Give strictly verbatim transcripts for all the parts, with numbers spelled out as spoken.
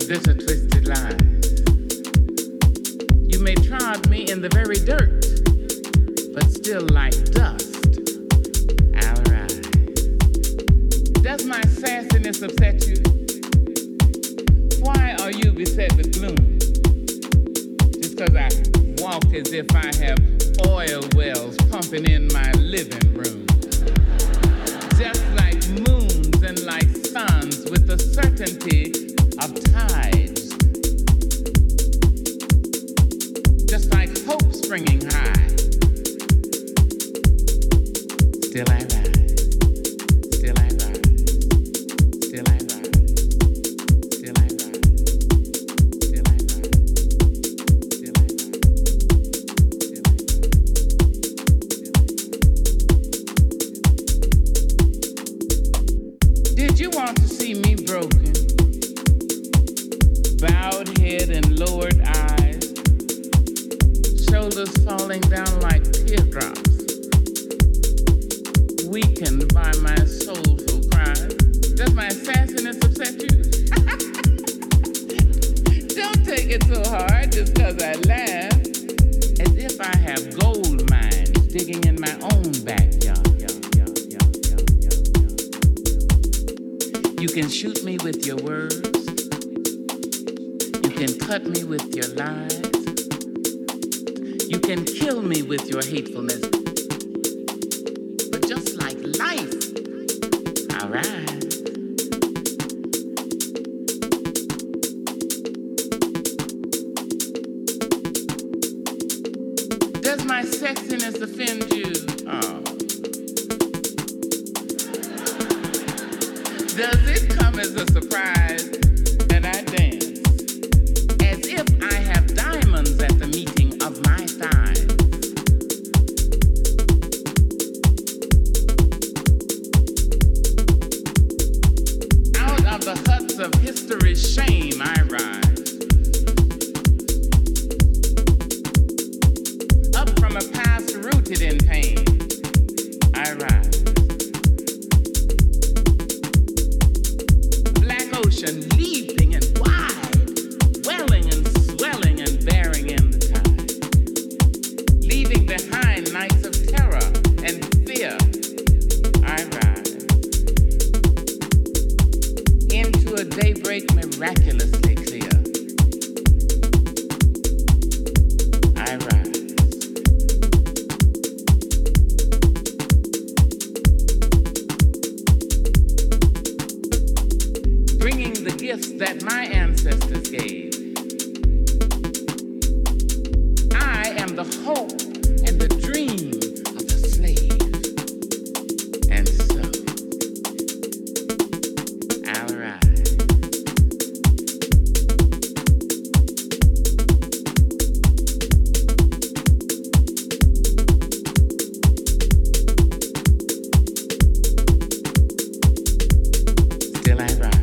This a twisted lie. You may trod me in the very dirt, but still like dust, I'll rise. Does my sassiness upset you? Why are you beset with gloom? Just cause I walk as if I have oil wells pumping in my living room. Just like moons and like suns with the certainty of tides. Just like hope springing high. Still I rise. Still I rise. Still I rise. Still I rise. Still I rise. Still I rise. Did you want to see me broken? Bowed head and lowered eyes, shoulders falling down like teardrops, weakened by my soulful cries. Does my sassiness upset you? Don't take it so hard just cause I laugh, as if I have gold mines digging in my own backyard. You can shoot me with your words. You can cut me with your lies. You can kill me with your hatefulness. But just like life, I rise. Does my sexiness offend you? Oh. Does it come as a surprise that I dance as if I have diamonds at the meeting of my thighs? Out of the huts of history's shame I rise. Up from a past rooted in pain I rise. Leaping and wide, welling and swelling and bearing in the tide, leaving behind nights of terror and fear, I rise into a daybreak miraculously clear. I rise. The gifts that my ancestors gave. I am the hope and the dream of the slave. And so, I'll rise. Still I rise.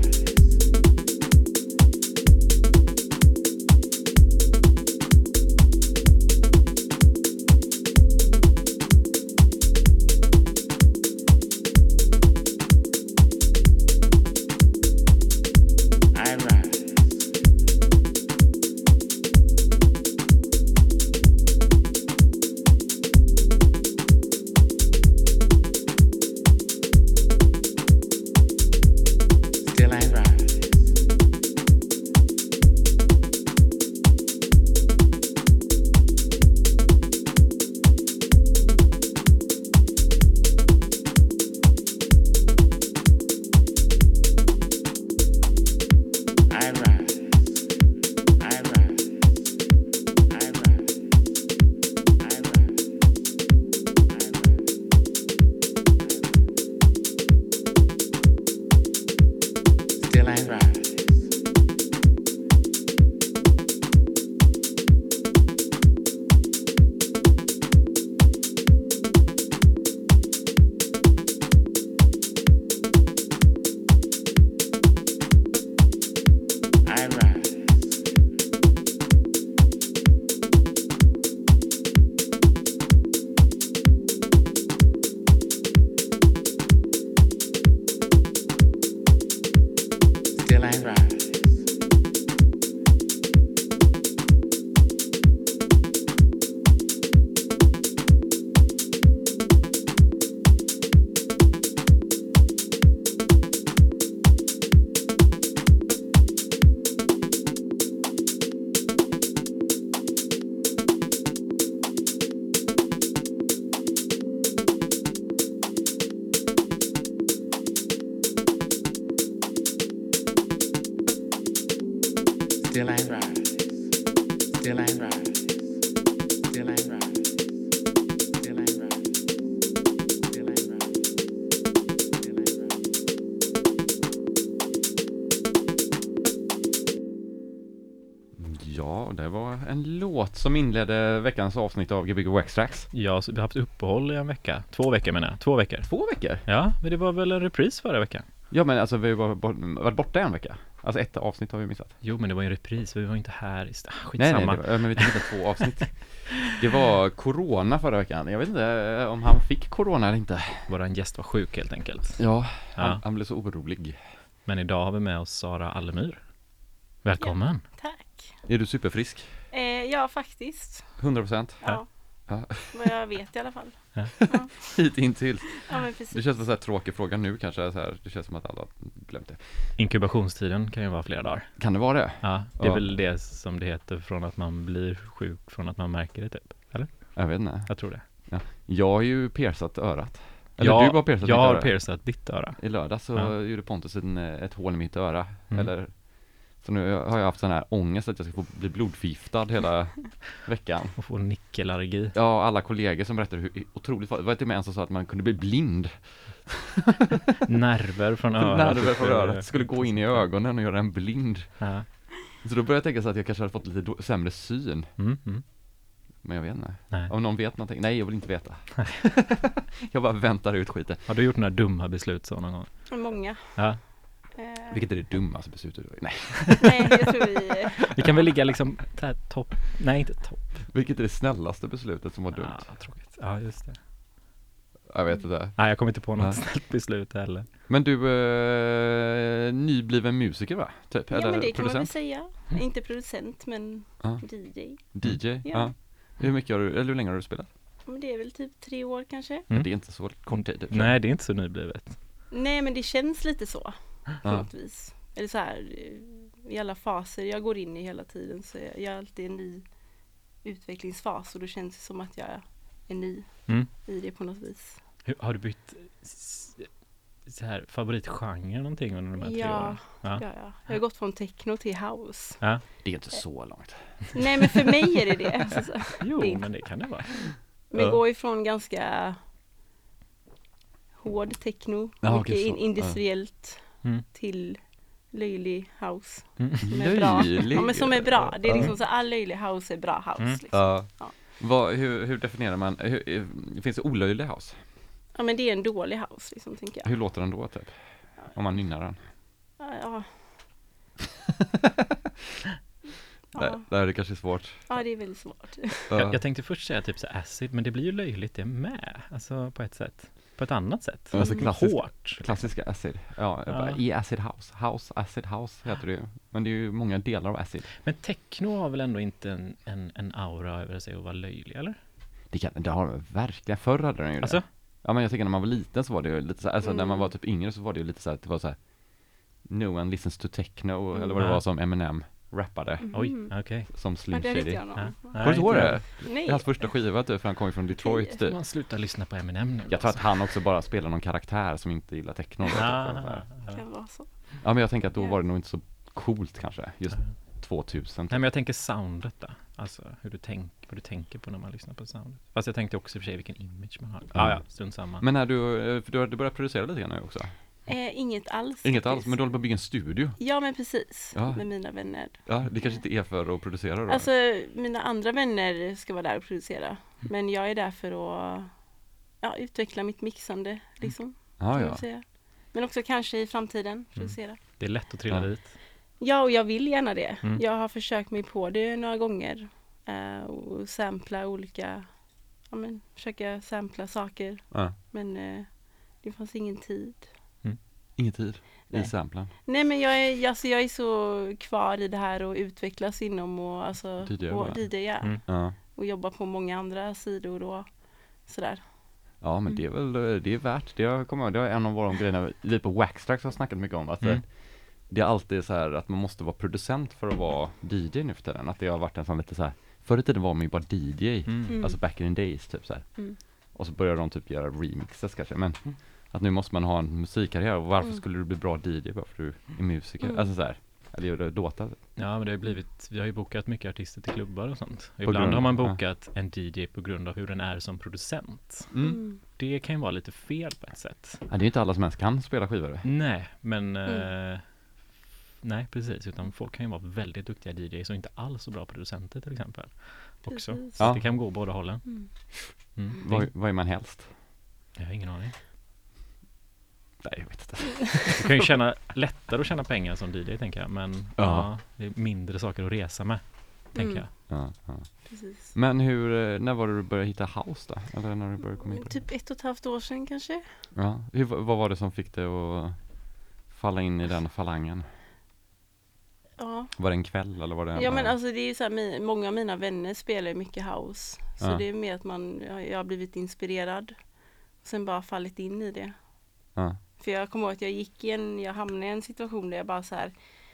Still I rise. Still I rise. Still I rise. Still I rise. Still I rise. Still I rise. Still I rise. Ja, det var en låt som inledde veckans avsnitt av Gbg Waxtrax. Ja, så vi har haft uppehåll i en vecka. Två veckor menar jag. Två veckor. Två veckor? Ja, men det var väl en repris förra veckan. Ja, men alltså vi var bort, varit borta en vecka. Alltså ett avsnitt har vi missat. Jo, men det var ju en repris. Vi var inte här. I st- Nej, Skitsamma. nej, det var, men vi tittade två avsnitt. Det var corona förra veckan. Jag vet inte om han fick corona eller inte. Våran gäst var sjuk helt enkelt. Ja, han, Ja. han blev så orolig. Men idag har vi med oss Sara Allemyr. Välkommen. Tack. Är du superfrisk? Eh, ja, faktiskt. hundra procent? Ja. Ja. Vad jag vet i alla fall. Hit intill. Ja, men precis. Det känns som en så här tråkig fråga nu kanske. Så här, det känns som att alla har glömt det. Inkubationstiden kan ju vara flera dagar. Kan det vara det? Ja, det är Ja. väl det som det heter från att man blir sjuk, från att man märker det typ. Eller? Jag vet inte. Jag tror det. Ja. Jag har ju piercat örat. Eller jag, du har piercat Jag ditt har öra. piercat ditt öra. I lördag så Ja. gjorde Pontus en, ett hål i mitt öra. Mm. Eller, så nu har jag haft sån här ångest att jag ska få bli blodförgiftad hela veckan. Och få nickelallergi. Ja, alla kollegor som berättade hur otroligt farligt. Det var till och med en som sa att man kunde bli blind. Nerver från örat. Nerver från örat. Skulle gå in i ögonen och göra en blind. Ja. Så då började jag tänka så att jag kanske hade fått lite då- sämre syn. Mm, mm. Men jag vet inte. Nej. Om någon vet någonting. Nej, jag vill inte veta. Jag bara väntar ut skiten. Har du gjort några dumma beslut så någon gång? Många. Ja. Eh, Vilket är det dummaste beslutet? Nej. nej, jag tror vi... Vi kan väl ligga liksom så här topp. Nej, inte topp. Vilket är det snällaste beslutet som var dumt? Ja, tråkigt. Ja, just det. Jag vet inte. Nej, jag kommer inte på något Nej. snällt beslut heller. Men du, eh, nybliven musiker va? Typ, Ja, eller men det kan man väl producent? säga. Inte producent, men Ja. D J. D J? Ja. Ja. Hur mycket har du, eller hur länge har du spelat? Men det är väl typ tre år kanske. Mm. Det är inte så kort tid. typ. Nej, det är inte så nyblivet. Nej, men det känns lite så. På Ja. något vis. Eller så här, eh, i alla faser jag går in i hela tiden så är jag alltid en ny utvecklingsfas och då känns det som att jag är ny Mm. i det på något vis. Hur, har du bytt s- så här favoritgenre någonting under de här tre Ja, åren? Ja. Ja, ja. Jag har gått från techno till house. Ja. Det är inte så långt. Nej, men för mig är det det. Alltså, Jo, Det är- men det kan det vara. men Ja. går ifrån ganska hård techno, Ja, mycket okej, så. in- industriellt Mm. till löjlig house. Mm. Som är bra. Löjlig. Ja, men som är bra. Det är Ja. liksom så all löjlig house är bra house. Mm. Liksom. Ja. Ja. Vad, hur, hur definierar man, hur, eh, finns det olöjlig house? Ja, men det är en dålig house liksom, tänker jag. Hur låter den då typ? Om man nynnar den? Ja, ja. Nej, Ja. det här är kanske svårt. ja, det är väldigt svårt. Ja. Jag, jag tänkte först säga typ så acid, men det blir ju löjligt det med. Alltså på ett sätt. På ett annat sätt. Alltså Mm. klassiskt. Hårt. Klassiska acid. Ja, jag bara, Ja. i acid house. House, acid house heter det ju. Men det är ju många delar av acid. Men techno har väl ändå inte en, en, en aura över sig att vara löjlig, eller? Det, kan, det har de verkligen. Förr hade den ju Alltså? det. Ja, men jag tycker när man var liten så var det ju lite så här, alltså när man Mm. var typ yngre så var det ju lite så här, det var så här no one listens to techno, Mm. eller vad det Ja. var som Eminem rappade, Oj, Mm. okej. som Slim Men det vet Shady. jag nog. Ja. Kommer du ihåg det? Nej. Det är hans första skiva typ, för han kom ju från Detroit Okej. typ. Man slutar lyssna på Eminem nu. Jag tror att han också bara spelar någon karaktär som inte gillar techno. Då, typ, Ah, och så här. ja. Kan vara så. Ja, men jag tänker att då Ja. var det nog inte så coolt kanske, just tvåtusen. Nej, men jag tänker soundet då. Alltså hur du tänker, vad du tänker på när man lyssnar på soundet. Fast jag tänkte också i och för sig vilken image man har. Ja, ja, strunt samma. Men när du, för du har du börjat producera lite grann nu också? Eh, inget alls. Inget faktiskt. alls, men du håller på att bygga en studio. Ja, men precis. Ja. Med mina vänner. Ja, det kanske inte är för att producera då? Alltså, mina andra vänner ska vara där och producera. Men jag är där för att ja, utveckla mitt mixande, liksom. ja, kan ja. man säga. Men också kanske i framtiden producera. Det är lätt att trilla Ja. dit. Ja, och jag vill gärna det. Mm. Jag har försökt mig på det några gånger. Eh, och sampla olika, ja men försöka sampla saker. ja. Men eh, det fanns ingen tid. Ingen tid i Nej. samplen. Nej, men jag är, alltså, jag är så kvar i det här och utvecklas inom och alltså D J och bara. D J, ja. Mm. Ja. Och jobba på många andra sidor och sådär. Ja, men det är väl, det är värt. Det jag kommer ihåg, det är en av våra grejerna vi på Waxtrax har snackat mycket om. Att Mm. det, det är alltid så här att man måste vara producent för att vara D J nu för tiden. Att det har varit en sån lite så här, förr i tiden var man ju bara D J. Mm. Mm. Alltså back in the days typ så här. Mm. Och så började de typ göra remixes kanske. Men att nu måste man ha en musikkarriär. Och varför Mm. skulle du bli bra D J bara för du är musiker? Mm. Alltså så här. Eller gör det låtar? Ja, men det har blivit, vi har ju bokat mycket artister till klubbar och sånt. På Ibland grund- har man ja. bokat en D J på grund av hur den är som producent. Mm. Mm. Det kan ju vara lite fel på ett sätt. Ja, det är ju inte alla som ens kan spela skivor. Nej, men Mm. eh, nej precis, utan folk kan ju vara väldigt duktiga D Js och inte alls så bra producenter till exempel. Också. Precis. Så Ja. det kan gå båda hållen. Mm. Mm. Vad, vad är man helst? Jag har ingen aning. Nej, jag vet inte. Du kan ju tjäna lättare att tjäna pengar som D J tänker jag, men ja. Ja. det är mindre saker att resa med, tänker Mm. jag. Ja, ja. Precis. Men hur, eh, när var det du började hitta house då? Eller när du började komma in på det? Typ ett och ett halvt år sedan kanske. Ja. Hur, vad var det som fick dig att falla in i den falangen? Ja, Var det en kväll eller var det en ja men bara- alltså det är ju så här, mi- många av mina vänner spelar ju mycket house. Så Ja. det är mer att man, jag, jag har blivit inspirerad. Sen bara fallit in i det. Ja. För jag kommer ihåg att jag gick i en, jag hamnade i en situation där jag bara så här,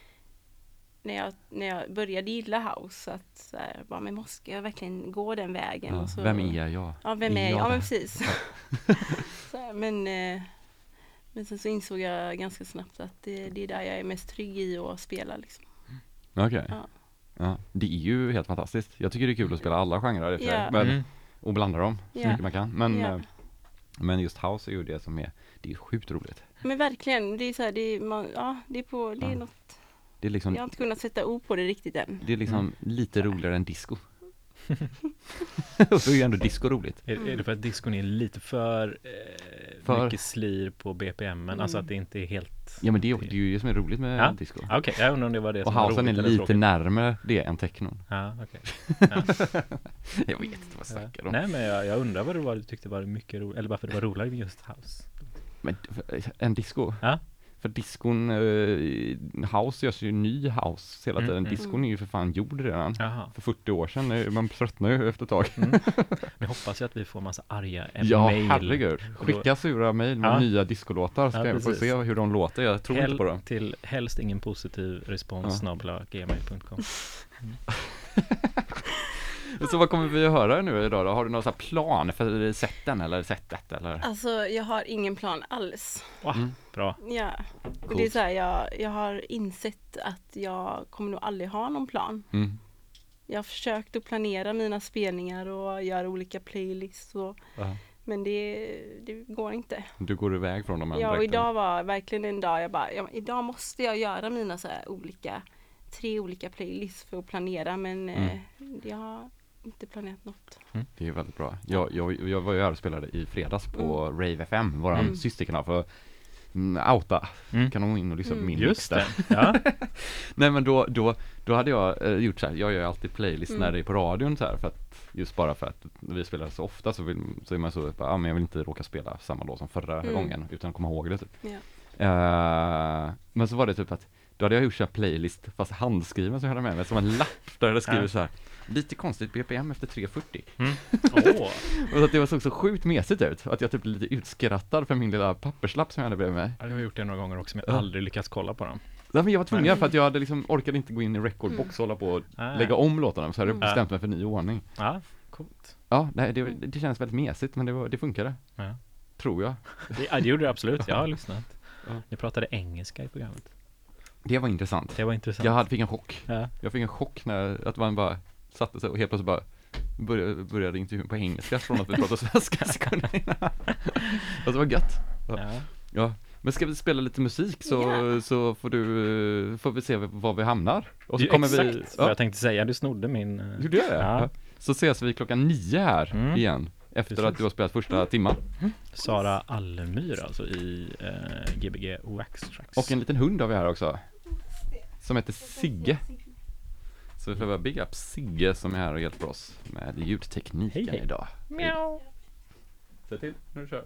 när jag, när jag började gilla house, att så här, jag bara, men måste jag verkligen gå den vägen? Ja. Och så, Vem är jag? Ja, vem är jag? jag Ja, där? men precis. så här, men, eh, men sen så insåg jag ganska snabbt att det, det är där jag är mest trygg i att spela liksom. Okej. Ja. Ja. Det är ju helt fantastiskt. Jag tycker det är kul att spela alla genrer i och för sig. Ja. Men, Mm. och blanda dem så Ja. mycket man kan. Men, Ja. eh, men just house är ju det som är, det är sjukt roligt. Men verkligen, det är så här, det är, man, ja, det är på, det är Ja. något, Det är liksom, jag har inte kunnat sätta ord på det riktigt än. det är liksom Mm. lite roligare än disco. Och så är ju ändå disco roligt. Är, är det för att diskon är lite för, eh, För- mycket slir på B P M, Mm. alltså att det inte är helt... Ja men det är, det är ju det som är roligt med Ja. disco. Ah, Okej, jag undrar om det var det Och som var housen är roligt eller lite tråkigt. närmare det än technon. Ja, okej. Jag vet inte vad jag snackar om. Nej, men jag, jag undrar vad det var du tyckte var mycket roligt, eller varför det var roligare med just house. Men för- en disco? Ja. För discon, eh, house görs ju ny house hela Mm, tiden. mm. Discon är ju för fan gjord redan. Jaha. För fyrtio år sedan, eh, man tröttnar ju efter ett tag. Mm. Men hoppas ju att vi får massa arga Ja, mail. herregud. Och då- Skicka sura mejl med Ja. nya discolåtar så Ja, kan jag få precis. se hur de låter. Jag tror Hel- inte på dem. Till helst ingen positiv respons Ja. snabel-a gmail punkt com. Så vad kommer vi att höra nu idag då? Har du någon sån här plan för sätten eller sättet eller? Alltså jag har ingen plan alls. Wow, Mm. bra. Ja, och det är Coolt. så här, jag, jag har insett att jag kommer nog aldrig ha någon plan. Mm. Jag har försökt att planera mina spelningar och göra olika playlists och, Ja. men det, det går inte. Du går iväg från dem. Ja, och direkt, idag var verkligen en dag jag bara, ja, idag måste jag göra mina så här olika, tre olika playlists för att planera, men Mm. eh, jag har inte planerat något. Det är väldigt bra. Jag, jag, jag var ju här och spelade i fredags på Rave F M, våran Mm. systerkanal för mm, outa. Mm. Kan de gå in och lyssna på Mm. min Just mix det. där. Ja. Nej men då, då, då hade jag eh, gjort så här, jag gör alltid playlist Mm. när det är på radion så här, för att just bara för att vi spelar så ofta så, vill, så är man så, ja men jag vill inte råka spela samma låt som förra Mm. gången utan komma ihåg det typ. Ja. Eh, men så var det typ att då hade jag gjort så här playlist fast handskriven som jag hade med mig som en lapp där jag hade skrivit Ja. så här lite konstigt B P M efter tre fyrtio. Mm. Åh. Och så att det var såg så sjukt mesigt ut att jag typ blev lite utskrattad för min lilla papperslapp som jag hade bredvid mig. Ja, jag har gjort det några gånger också, men Ja. aldrig lyckats kolla på dem. Nej, men jag var tvungen Nej. för att jag hade liksom, orkade inte gå in i recordbox och hålla på och Ah. lägga om låtarna så hade jag Mm. bestämt mig för ny ordning. Ja, coolt. Ja, nej, det, det känns väldigt mesigt men det, var, det funkade, Ja. tror jag. Det, ja, det gjorde det absolut, jag har lyssnat. Ja. Ni pratade engelska i programmet. Det var intressant. Det var intressant. Jag hade, fick en chock. Ja. Jag fick en chock när att man bara satte sig och helt plötsligt bara började, började intervjun på engelska från att vi pratade svenska sekunderna innan. Alltså det var gött. Ja. Ja, men ska vi spela lite musik så, Ja. så får du, får vi se var vi hamnar. Och så Det är kommer exakt vi, vad ja, jag tänkte säga, du snodde min... eh, gjorde jag det? Ja. Ja. Så ses vi klockan nio här Mm. igen. Efter Precis. att du har spelat första timman. Sara Allemyr alltså i eh, G B G Wax Tracks. Och en liten hund har vi här också. Som heter Sigge. Så vi får bara big up Sigge som är här och hjälper oss med ljudtekniken Hej, hej. idag. Mjau. Se till när du kör.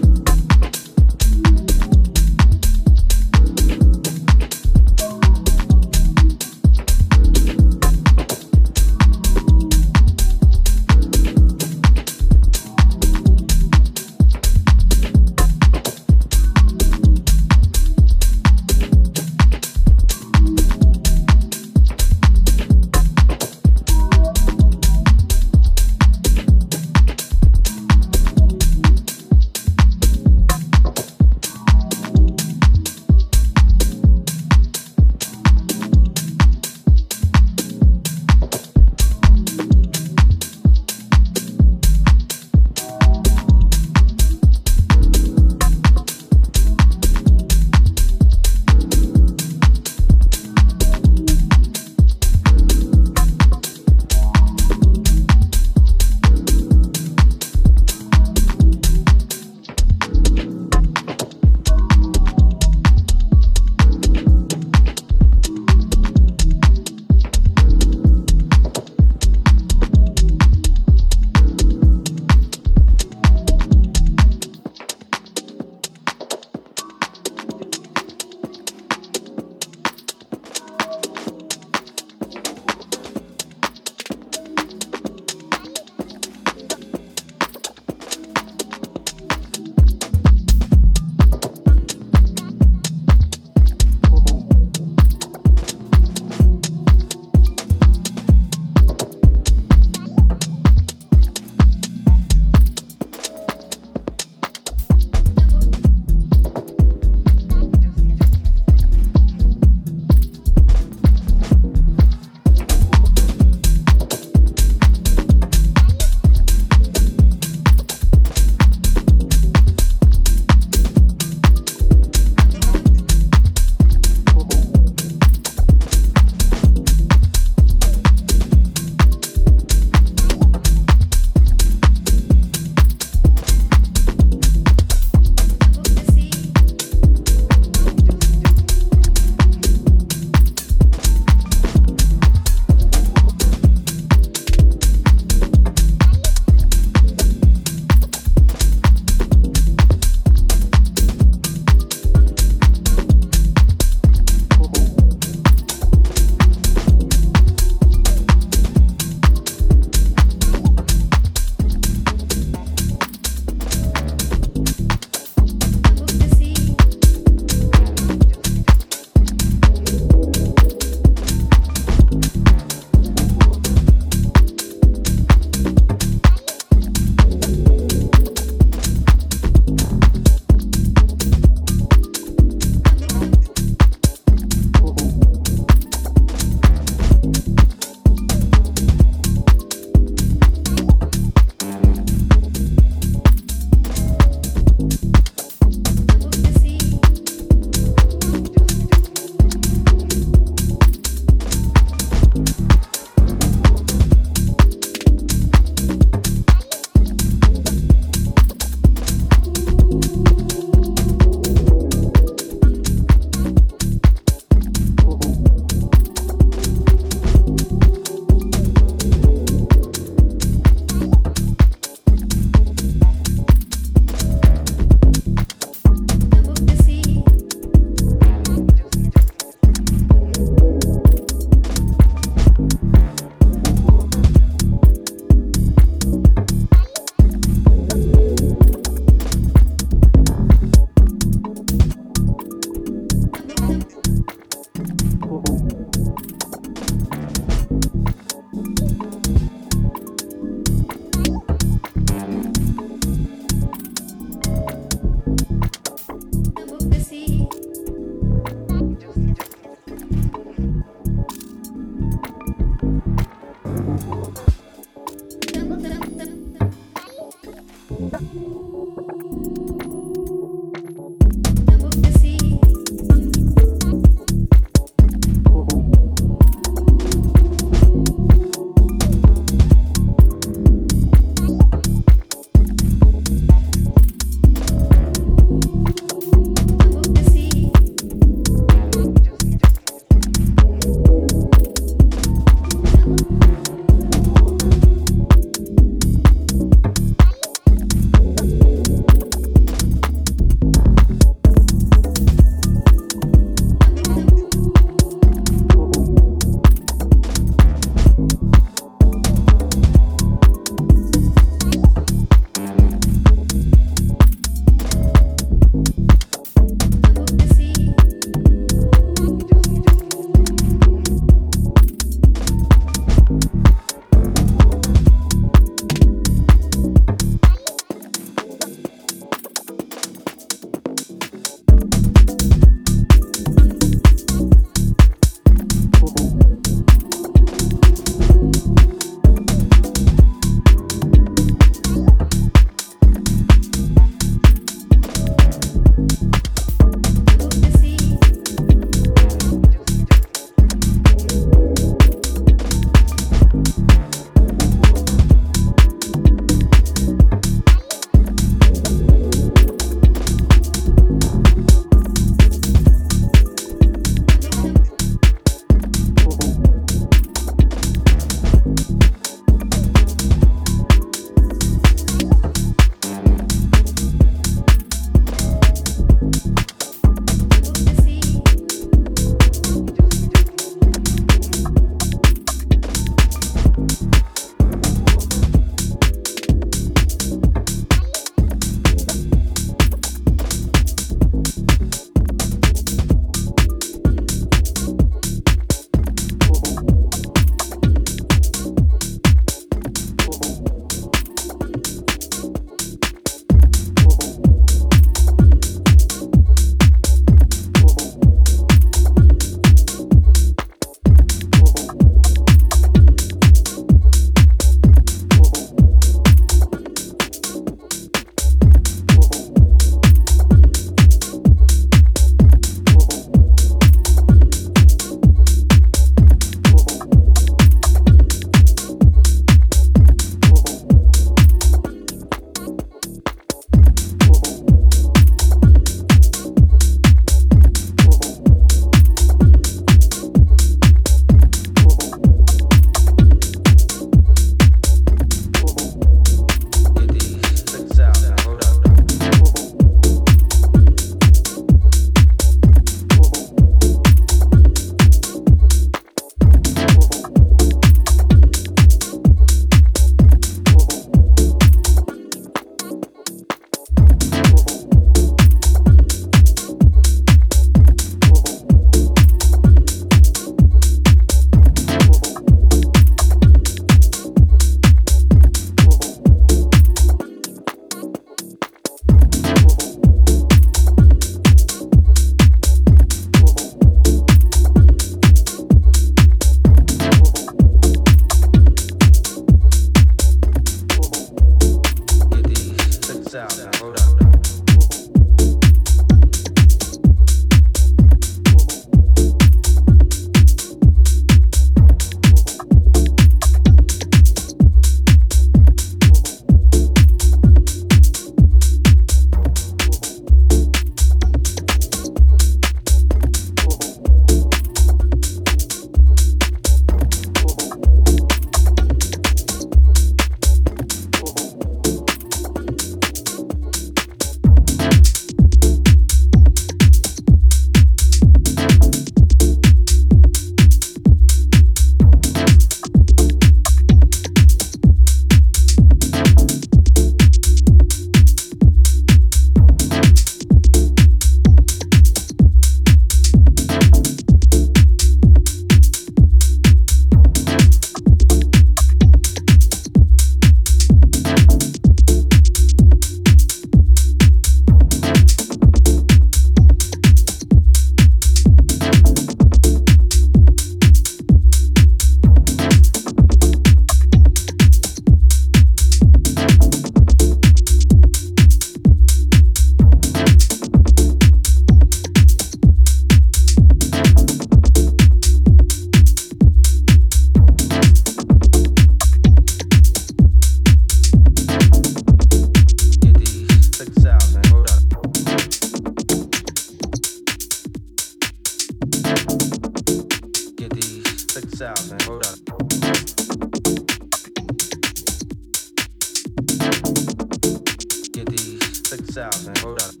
six thousand, hold up.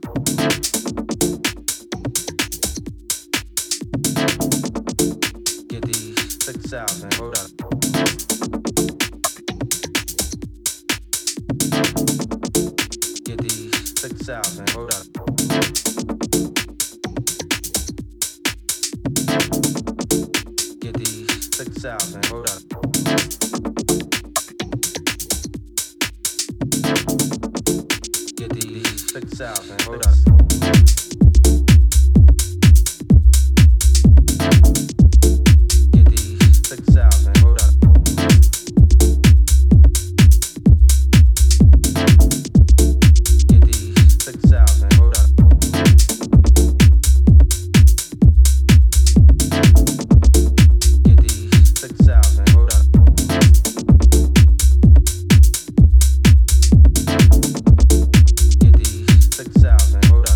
Get these six thousand, hold up. Get these six thousand, hold up. Get these six thousand, hold up. Get these six thousand, hold up. Get these six thousand, hold up. Get these six thousand, hold up. Get these six thousand, hold up. Get these six thousand, hold up.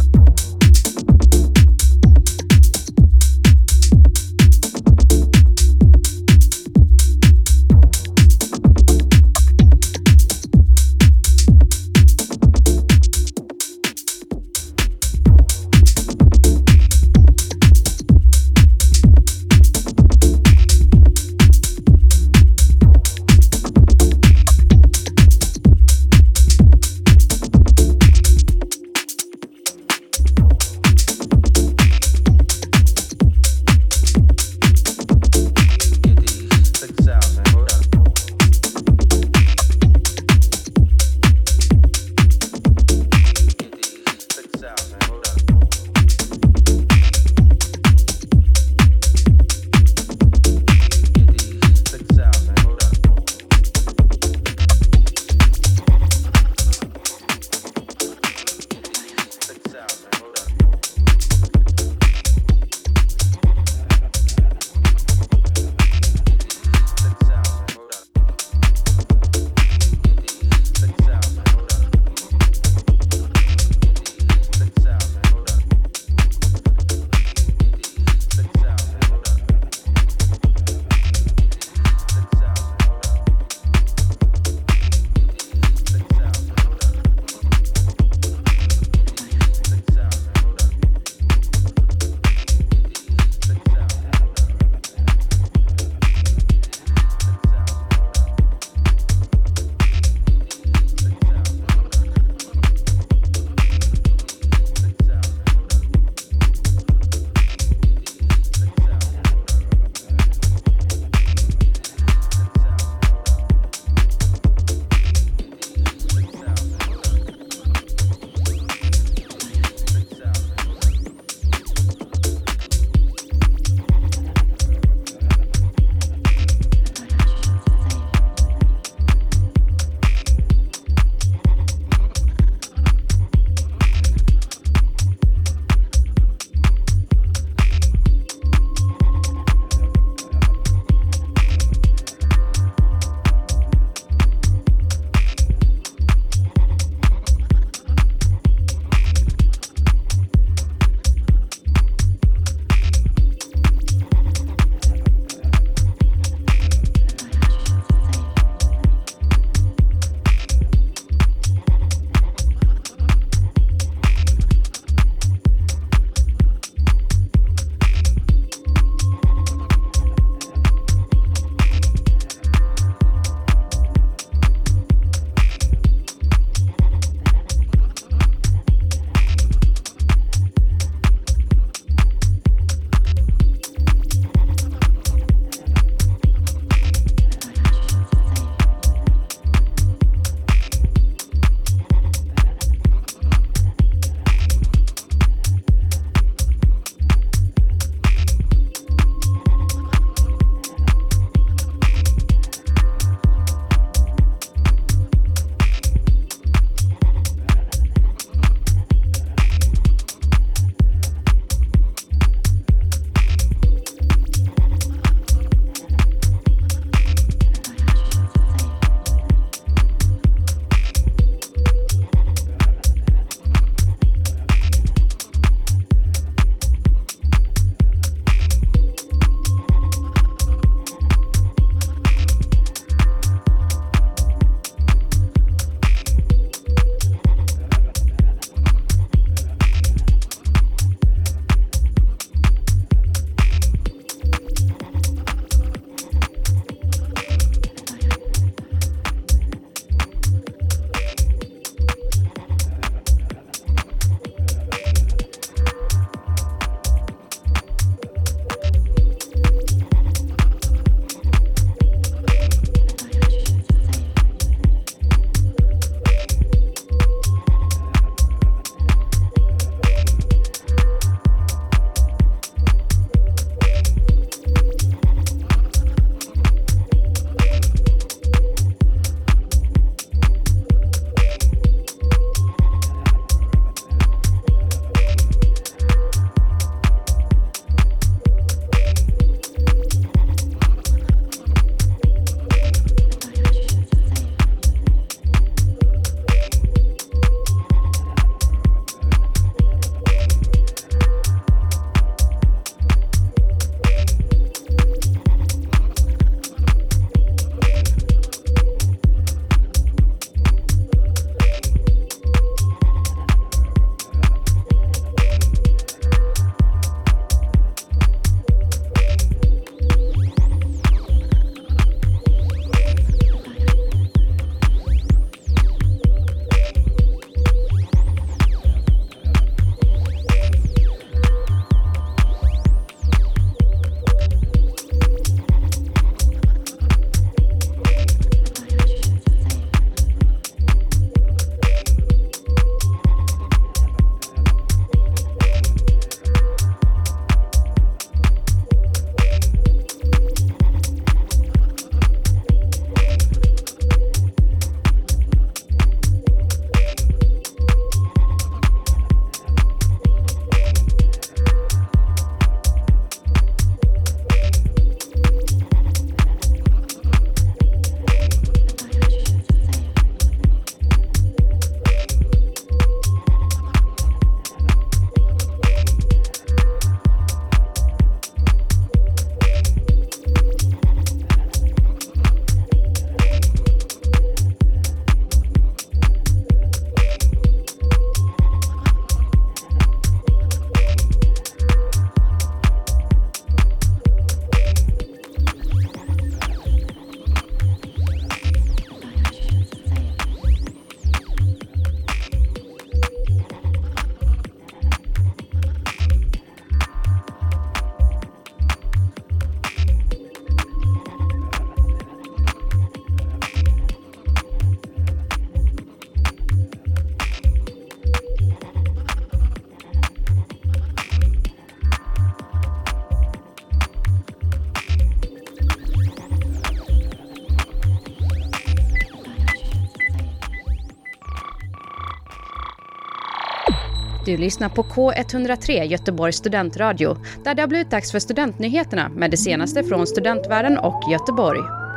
Du lyssnar på K ett noll tre Göteborgs studentradio, där det har blivit dags för studentnyheterna med det senaste från studentvärlden och Göteborg.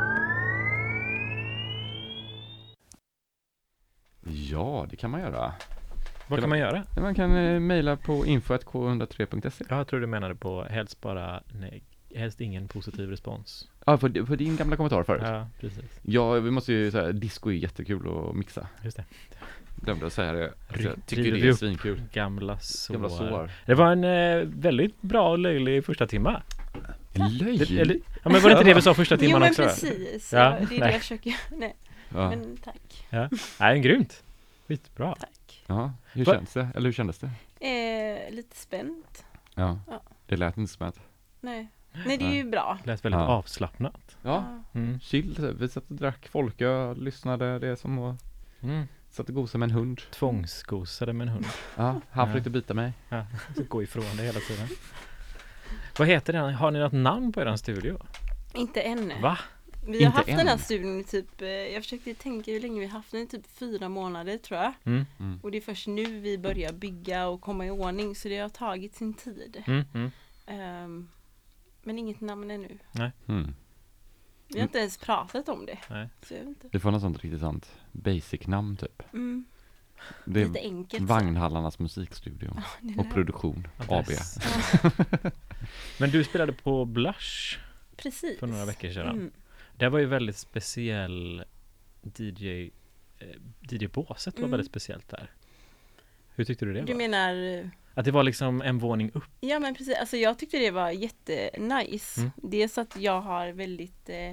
Ja, det kan man göra. Vad kan man göra? Man kan eh, mejla på info at k ett noll tre punkt se. Ja, jag tror du menade på helst bara nej, helst ingen positiv respons. Ja, för, för din gamla kommentar förut. Ja, precis. Ja, vi måste ju säga, disco är jättekul att mixa. Just det. Glömde att säga det. Alltså, jag tycker River det är upp svinkul. Gamla sår. Gamla sår. Det var en eh, väldigt bra och löjlig första timma. Löjligt. Det, eller, ja, men var det inte det vi sa första timman Jo men också? precis, Ja, ja, det är det nej. jag försöker. Nej, Ja. men tack. Ja. Nej, grymt. Skitbra. Tack. Ja, hur Va? känns det? Eller hur kändes det? Eh, lite spänt. Ja, Ja. det lät inte spänt. Nej. Nej, det är ju bra. Lät väldigt Ja. avslappnat. Ja, Mm. chill. typ. Vi satt och drack folköl, lyssnade. Det är som att Mm. satt och gosa med en hund. Tvångsgosade med en hund. Ja, han Ja. försökte bita mig. Ja, så gå ifrån det hela tiden. Vad heter den? Har ni något namn på er studio? Inte än. Va? Vi har Inte haft än. den här studion i typ, eh, jag försökte tänka hur länge vi har haft den i typ fyra månader tror jag. Mm. Mm. Och det är först nu vi börjar bygga och komma i ordning så det har tagit sin tid. Mm. Mm. Ehm, men inget namn ännu. Mm. Vi har inte ens pratat om det. Nej. Så jag vet inte. Det får något sånt riktigt sånt basic-namn typ. Mm, Det lite är enkelt. så. Vagnhallarnas musikstudio Ja, det är och det. produktion Ja, A B. dess. Ja, Men du spelade på Blush precis. för några veckor sedan. Mm. Det var ju väldigt speciell D J eh, D J-båset var Mm. väldigt speciellt där. Hur tyckte du det Du var? menar, Att det var liksom en våning upp? ja men precis, alltså jag tyckte det var jättenice. Mm. Dels att jag har väldigt eh,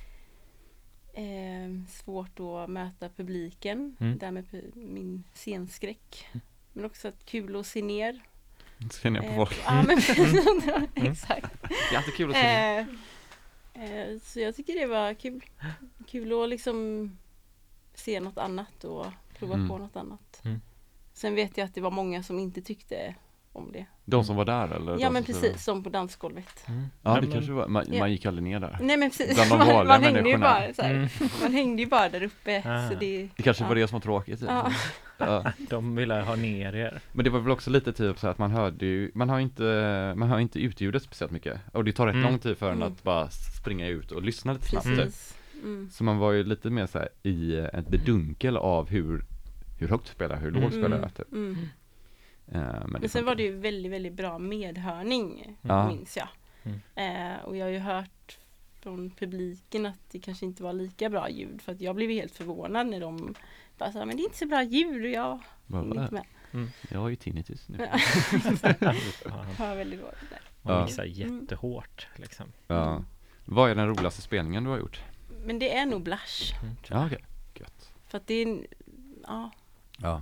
eh, svårt att möta publiken, Mm. därmed pu- min scenskräck. Men också att kul att se ner. Ser ner på Eh, folk. Ja men exakt. Det är alltid kul att se. Eh, eh, så jag tycker det var kul. Kul att liksom se något annat och prova Mm. på något annat. Mm. Sen vet jag att det var många som inte tyckte om det. De som var där eller? Ja de men som- precis, som på dansgolvet. Mm. Ja, det men- kanske var. Man, Ja. man gick aldrig ner där. Nej men precis, Bland de man, vanliga man hängde ju människorna. bara så här. Mm. Man hängde ju bara där uppe. Ah. Så det, Det kanske ja. var det som var tråkigt. Typ. Ja. Ja. De ville ha ner er. Men det var väl också lite typ så att man hörde ju, man har inte, man hör inte utljudet speciellt mycket. Och det tar rätt Mm. lång tid för en Mm. att bara springa ut och lyssna lite snabbt. Typ. Precis. Mm. Så man var ju lite mer så här i ett bedunkel av hur, hur högt spelar, hur lågt Mm. spelar jag typ. Mm. Eh, men Men sen funkar. var det ju väldigt, väldigt bra medhörning, Ja. minns jag. Mm. Eh, och jag har ju hört från publiken att det kanske inte var lika bra ljud. För att jag blev helt förvånad när de bara sa, men det är inte så bra ljud och jag Vad hängde var inte det? med. Jag har ju tinnitus nu. Ja, Ja, hör väldigt dåligt där. man Ja. mixar jättehårt liksom. Ja. Vad är den roligaste spelningen du har gjort? Men det är nog Blush. Ja, okej. Gött. För att det är en, ja, Ja.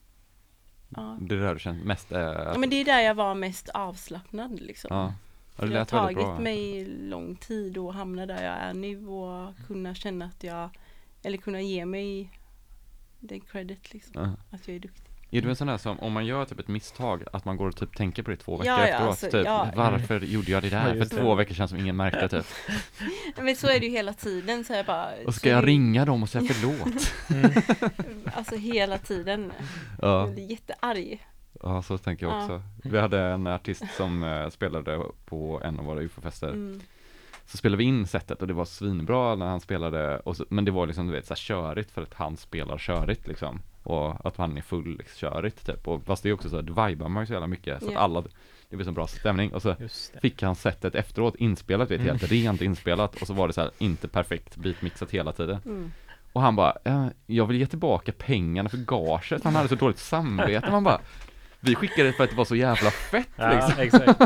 ja. Det är där du känner mest är ja, men det är där jag var mest avslappnad liksom. Ja. Ja, För det det har lät väldigt tagit bra. mig lång tid att hamna där jag är nu och kunna känna att jag, eller kunna ge mig den credit liksom, Ja. att jag är duktig. Är du en sån där som, om man gör typ ett misstag, att man går och typ tänker på det två veckor Ja, ja, efteråt? alltså, typ, ja. varför gjorde jag det Ja, där? just För det. två veckor sedan som ingen märkte typ. Men så är det ju hela tiden så jag bara, Och ska så jag är- ringa dem och säga förlåt? Alltså hela tiden. Ja. Jag blir jättearg. Ja, så tänker jag Ja. också. Vi hade en artist som eh, spelade på en av våra U F O-fester. Mm. Så spelade vi in setet och det var svinbra när han spelade. Och så, men det var liksom, du vet, så här körigt för att han spelar körigt liksom. Och att han är full liksom, körigt typ. Och fast det är också så att du vibar man ju så jävla mycket. Så att Ja. alla, det blir så bra stämning. Och så Just det. fick han setet efteråt inspelat, vet, Mm. helt rent inspelat. Och så var det så här, inte perfekt beatmixat hela tiden. Mm. Och han bara, "Ja, jag vill ge tillbaka pengarna för gaget. Han hade så dåligt samvete. Man bara, vi skickade det för att det var så jävla fett Ja, liksom. exakt.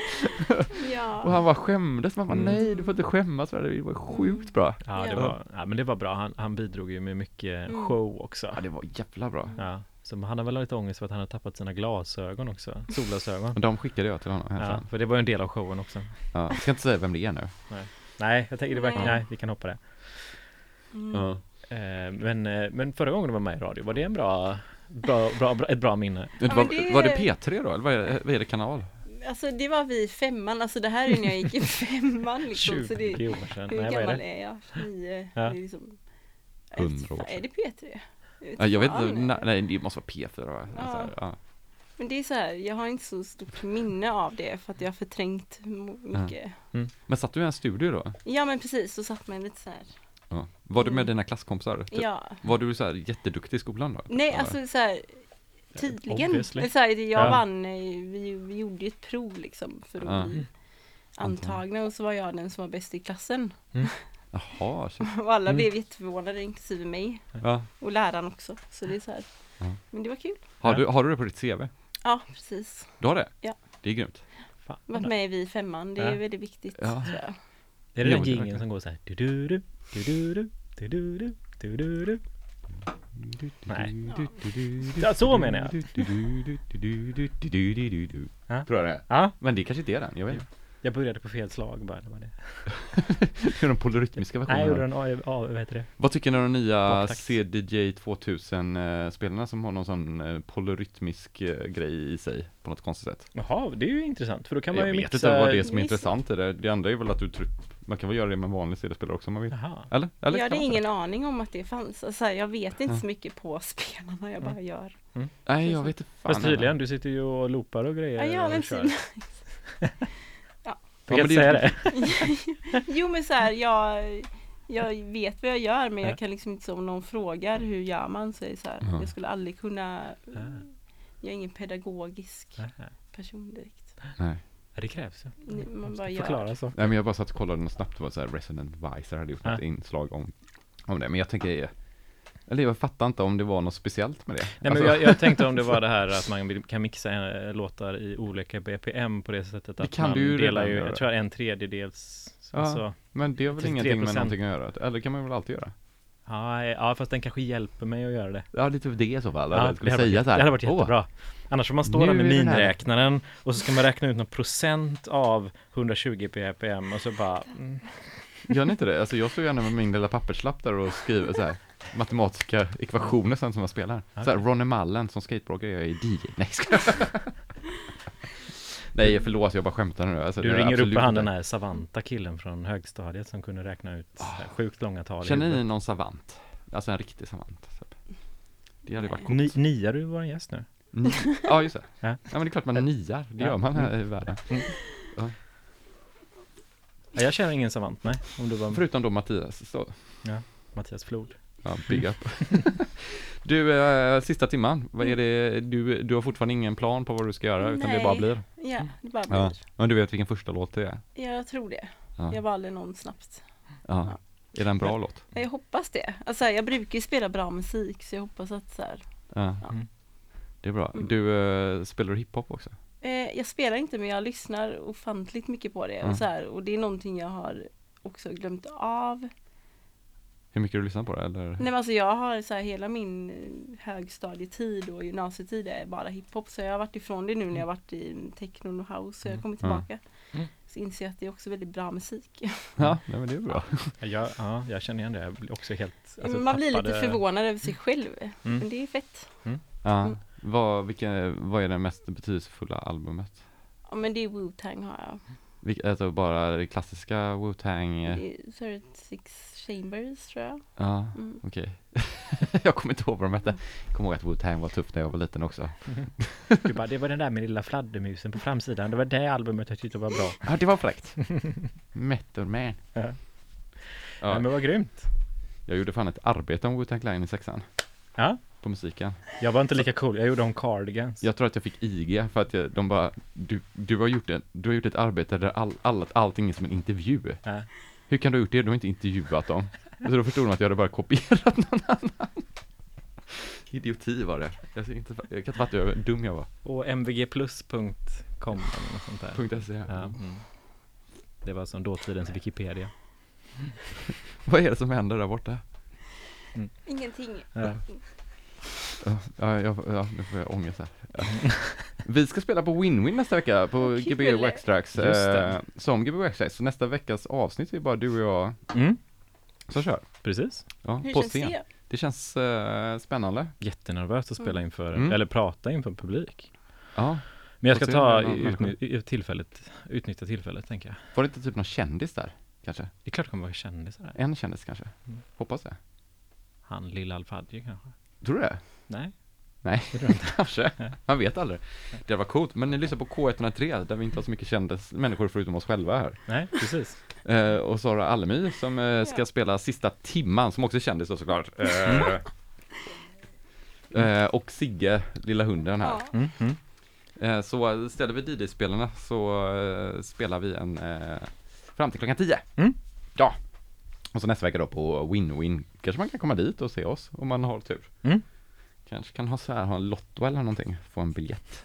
Ja. Och han bara skämdes. Man bara, Mm. nej du får inte skämmas för det. Det var sjukt bra. Ja, det Ja. var, ja, men det var bra. Han, han bidrog ju med mycket Mm. show också. Ja, det var jävla bra. Ja, så han har väl lite ångest för att han har tappat sina glasögon också. Solglasögon. Men de skickade jag till honom. Ja, Ja. för det var ju en del av showen också. Ja. Jag ska inte säga vem det är nu. Nej, jag tänker det verkligen, Nej. nej, vi kan hoppa det. Mm. Ja. Eh, men, eh, men förra gången du var med i radio, var det en bra, bra, bra, bra ett bra minne? Det Ja, var, men det- var det P tre då? Eller vad är det, vad är det kanal? Alltså det var vi i femman, alltså det här är när jag gick i femman liksom. Så det, tjugo år sedan. hur Nej, vad är gammal det? är jag? tjugonio? Ja. Det är liksom, Hundra år Är det P tre? Ja, jag vet inte, fan. nej, nej det måste vara P fyra va? Ja. Alltså, ja. Men det är så här, jag har inte så stort minne av det för att jag har förträngt mo- mycket. Men satt du i en studio då? Ja men precis, så satt man lite så här. Ja. Var du med Mm. dina klasskompisar? Typ? Ja. Var du så här jätteduktig i skolan då? Nej, Ja. alltså så här, tydligen. Obviously. Eller så här, jag Ja. vann, eh, vi, vi gjorde ju ett prov liksom för att Ja. bli antagna och så var jag den som var bäst i klassen. Jaha, shit. Och alla Mm. blev jätteförvånade, inklusive mig. Ja. Och läraren också. Så det är så här. Ja. Men det var kul. Har, Ja. du, har du det på ditt C V? Ja, precis. Du har det? Ja. Det är grymt. Fan. Varit med i femman, det är Ja. väldigt viktigt. Ja. Tror jag. Är det Jo, den det är jingeln verkligen. som går så här? Du du du du du du du du du du du. Nej. Ja, så menar jag. Ja. Tror jag det är. Ja, Men det kanske inte är den, jag vet inte. jag började på fel slag bara. Det var det. Det är den polyrytmiska Nej, jag gjorde versionen. den, ja, vad heter det? Vad tycker ni om de nya Baktakt. C D J tvåtusen-spelarna som har någon sån eh, polyrytmisk eh, grej i sig på något konstigt sätt? Jaha, det är ju intressant för då kan man Jag ju vet mixa... inte vad det är som är mixa- intressant i det. Det andra är väl att du tryck, man kan väl göra det med en vanlig C D-spelare också om man vill. Jaha. Eller? Eller Jag hade kan man ingen inte? aning om att det fanns. Alltså, här, jag vet inte Ja. så mycket på spelarna, jag bara gör. Nej, jag vet inte fan. Fast tydligen, du sitter ju och loopar och grejer. Ja, ja, och men kör. precis. Du kan men inte det- säga det. Jo men så här, jag, jag vet vad jag gör men Ja. jag kan liksom inte, om någon frågar hur gör man så är det så här, Ja. jag skulle aldrig kunna, Ah. jag är ingen pedagogisk Ah. person direkt. Nej. Ja, det krävs ju. Ni- Man bara gör. Förklara så. Nej, men jag bara satt och kollade något snabbt. Det var så här Resident Advisor hade gjort Ja. ett inslag om, om det. Men jag tänker, eller jag fattar inte om det var något speciellt med det. Nej, men Alltså- jag, jag tänkte om det var det här att man kan mixa eh, låtar i olika B P M på det sättet att kan man du ju delar redan ju, göra. jag tror en tredjedels Ja. alltså, Men det har väl trettiotre ingenting med procent. någonting att göra? Eller det kan man väl alltid göra? ja, ja, fast den kanske hjälper mig att göra det. Ja, lite det i så fall. Ja, Eller skulle det, hade säga varit, så här, det hade varit "Åh, jättebra. Annars får man stå nu där med är den här." minräknaren och så ska man räkna ut någon procent av hundratjugo B P M och så bara mm, Gör ni inte det? Alltså jag står gärna med min lilla papperslapp där och skriver så här matematiska ekvationer sen som jag spelar. Så här, Ronny Mullen som skateboardare gör jag i D J. Nej, ska jag... Nej, förlåt, jag bara skämtar nu. Alltså, du det är ringer upp absolut på han inte. den här Savanta killen från högstadiet som kunde räkna ut så här sjukt långa tal. i Känner ni huvudet. någon savant? Alltså en riktig savant. Typ. Det hade varit Ni, coolt. niar du vår gäst nu? Ni... Ja, just det. Ja. Ja, men det är klart man niar. Det Ja. gör man här i världen. Ja, jag känner ingen savant, nej. Om du var Förutom då Mattias. Så. Mattias Flod. Ja, big up. Du, äh, sista timman. Vad är det? Du, du har fortfarande ingen plan på vad du ska göra, utan det Nej. bara blir. Ja, det bara blir. Ja. Men du vet vilken första låt det är? Ja, jag tror det. Ja. Jag valde någon snabbt. Ja. Är det en bra låt? Ja, jag hoppas det. Alltså, jag brukar ju spela bra musik så jag hoppas att så här, Ja. Ja. Mm. Det är bra. Mm. Du, äh, spelar du hiphop också? Eh, jag spelar inte men jag lyssnar ofantligt mycket på det. Mm. Och, så här, och det är någonting jag har också glömt av. Hur mycket du lyssnar på det? Eller? Nej men alltså jag har så här, hela min eh, högstadietid och gymnasietid är bara hiphop. Så jag har varit ifrån det nu när jag har varit i techno och house. Så jag har kommit Mm. tillbaka. Mm. Så inser jag att det är också väldigt bra musik. Ja, nej, men det är bra. Ja, jag, ja, jag känner igen det. Jag blir också helt alltså, Men man blir lite tappade- förvånad över sig själv. Mm. Men det är fett. Ja. Mm. Vad, vilka, vad är det mest betydelsefulla albumet? Ja men det är Wu-Tang har jag. Vilk, alltså bara det klassiska Wu-Tang? eh, Det är thirty-six Chambers tror jag. Ja, Mm. okej. Jag kommer inte ihåg vad de hette. Jag kommer ihåg att Wu-Tang var tufft när jag var liten också. Du bara, det var den där med lilla fladdermusen på framsidan. Det var det albumet jag tyckte var bra. Ja, det var fräckt. Method Man. Ja. Ja, Ja, men vad grymt. jag gjorde fan ett arbete om Wu-Tang Clan i sexan. Ja. På musiken. Jag var inte lika cool. Jag gjorde om Cardigans. Jag tror att jag fick I G för att jag, de bara, du, du, har gjort ett, du har gjort ett arbete där all, all, allting är som en intervju. Ja. Hur kan du ha gjort det? Du har inte intervjuat dem. Så då förstod de att jag hade bara kopierat någon annan. Idioti var det. Jag, ser inte, jag kan inte fatta hur dum jag var. Och m v g plus punkt com eller något sånt där. Punkt .se. Ja. Mm. Det var som dåtidens Wikipedia. Vad är det som händer där borta? Ingenting. Ja. Ja, ja, ja, ja, nu får jag ångest här. Ja. Vi ska spela på Win-Win nästa vecka på Vad G B kul. Waxtrax. Just det. Eh, som G B Waxtrax. Så nästa veckas avsnitt är bara du och jag Mm. som kör. Precis. Ja, Hur på känns scen. det? Det känns eh, spännande. Jättenervöst att spela Mm. inför, Mm. eller prata inför publik. Ja. Men jag ska Får se ta om det är någon utny- ut tillfället, utnyttja tillfället tänker jag. Var det inte typ någon kändis där? Kanske? Det är klart det kommer vara kändisar där. En kändis kanske? Mm. Hoppas det. Han Lilla Al-Fadji kanske. Tror du det? Nej. Nej, kanske. Man vet aldrig. Det var coolt. Men ni lyssnar på K ett noll tre där vi inte har så mycket kända människor förutom oss själva här. Nej, precis. Eh, och Sara Almy som eh, ska Ja. spela sista timman, som också är kändis då såklart. Eh, eh, och Sigge, lilla hunden här. Ja. Mm, mm. Eh, så ställer vi D J-spelarna så eh, spelar vi en eh, fram till klockan tio. Mm. Ja. Och så nästa vecka då på Win-Win. Kanske man kan komma dit och se oss om man har tur. Mm. Kanske kan ha så här, ha en lotto eller någonting. Få en biljett.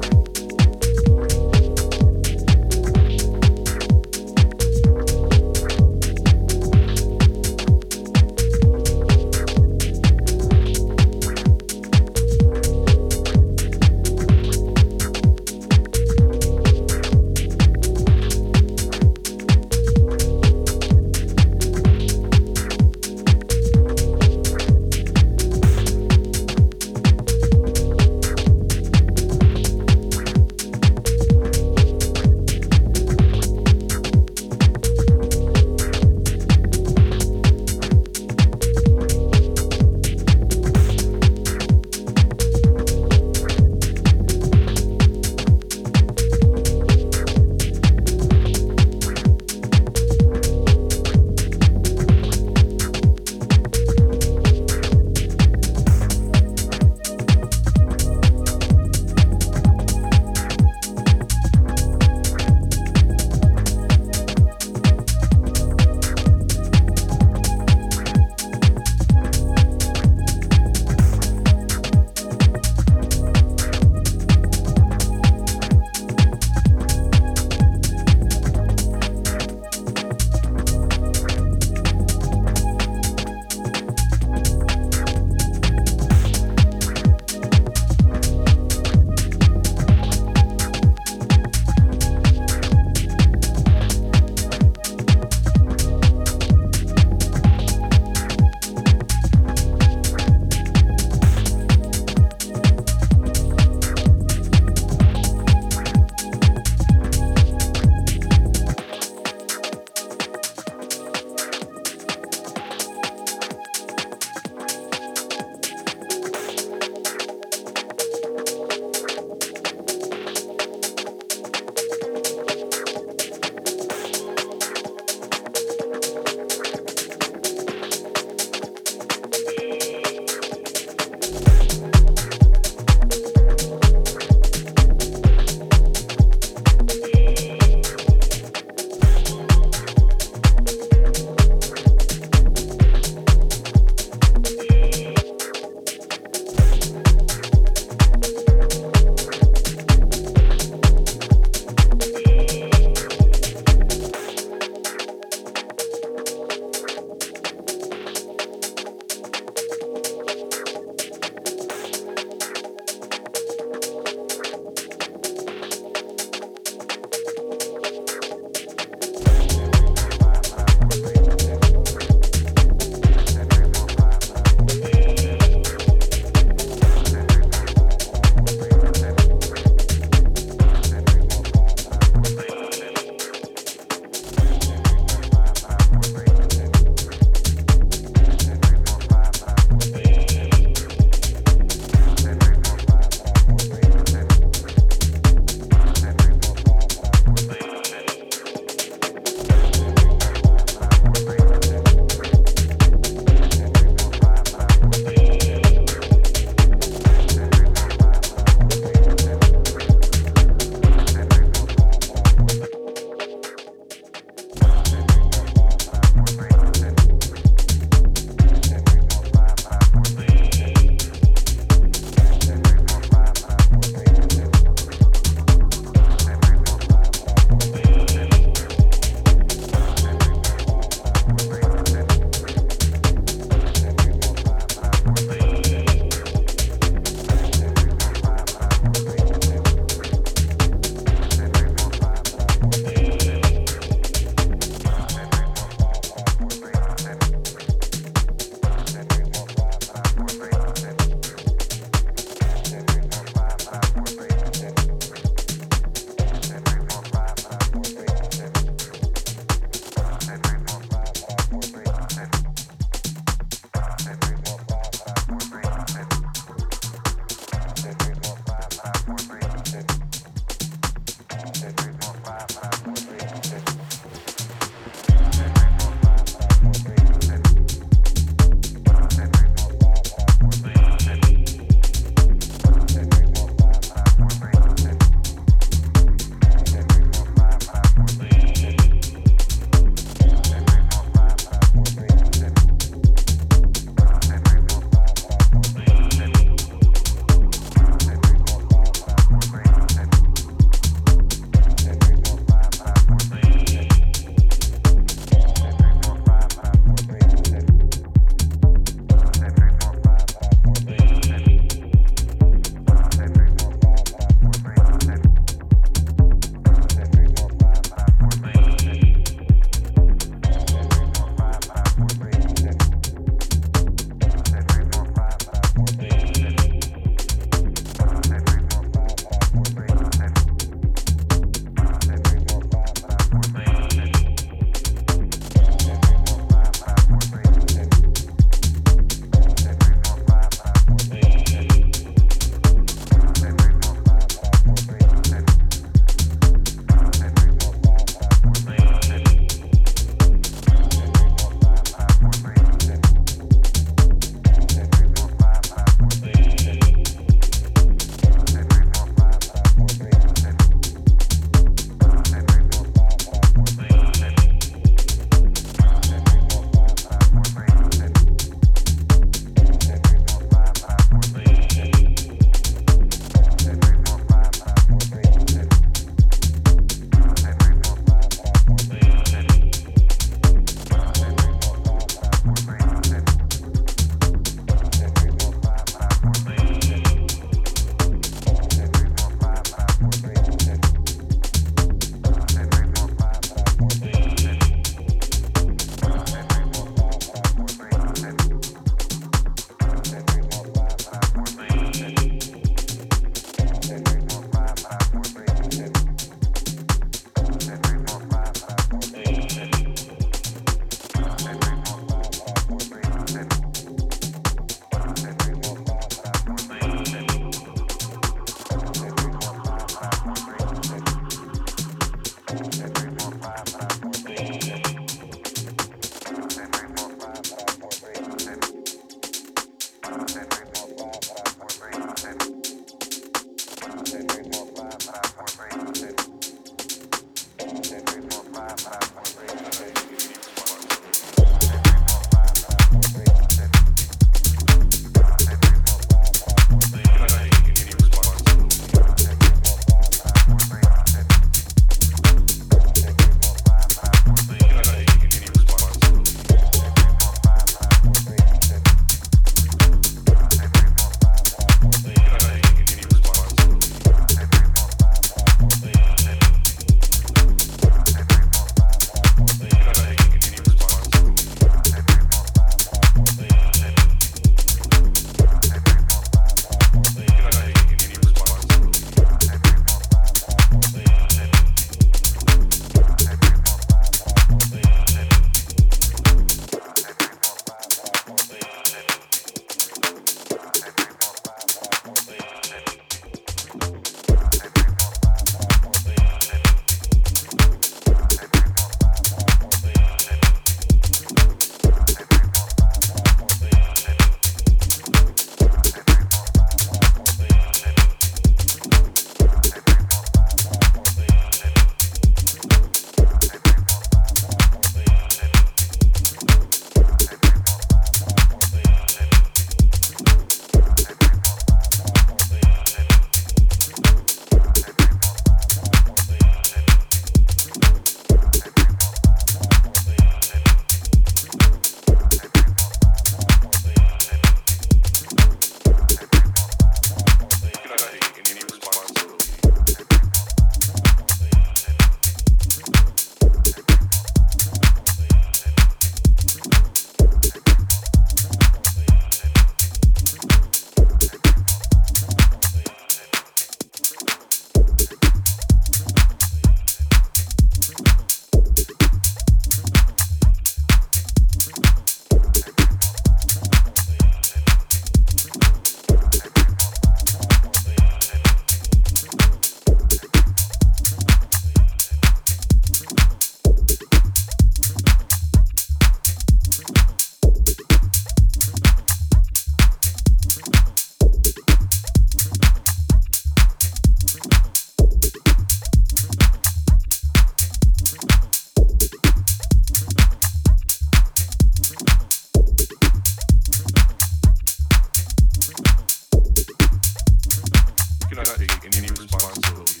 cannot take any responsibility.